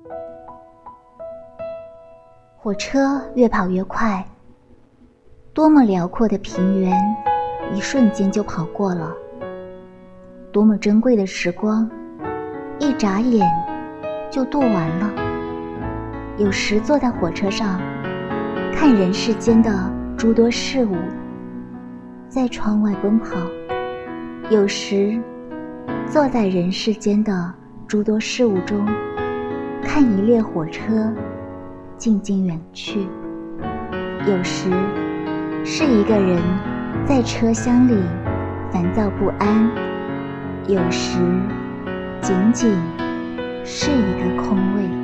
火车越跑越快，多么辽阔的平原，一瞬间就跑过了；多么珍贵的时光，一眨眼就度完了。有时坐在火车上，看人世间的诸多事物，在窗外奔跑；有时坐在人世间的诸多事物中，看一列火车静静远去；有时是一个人在车厢里烦躁不安，有时仅仅是一个空位。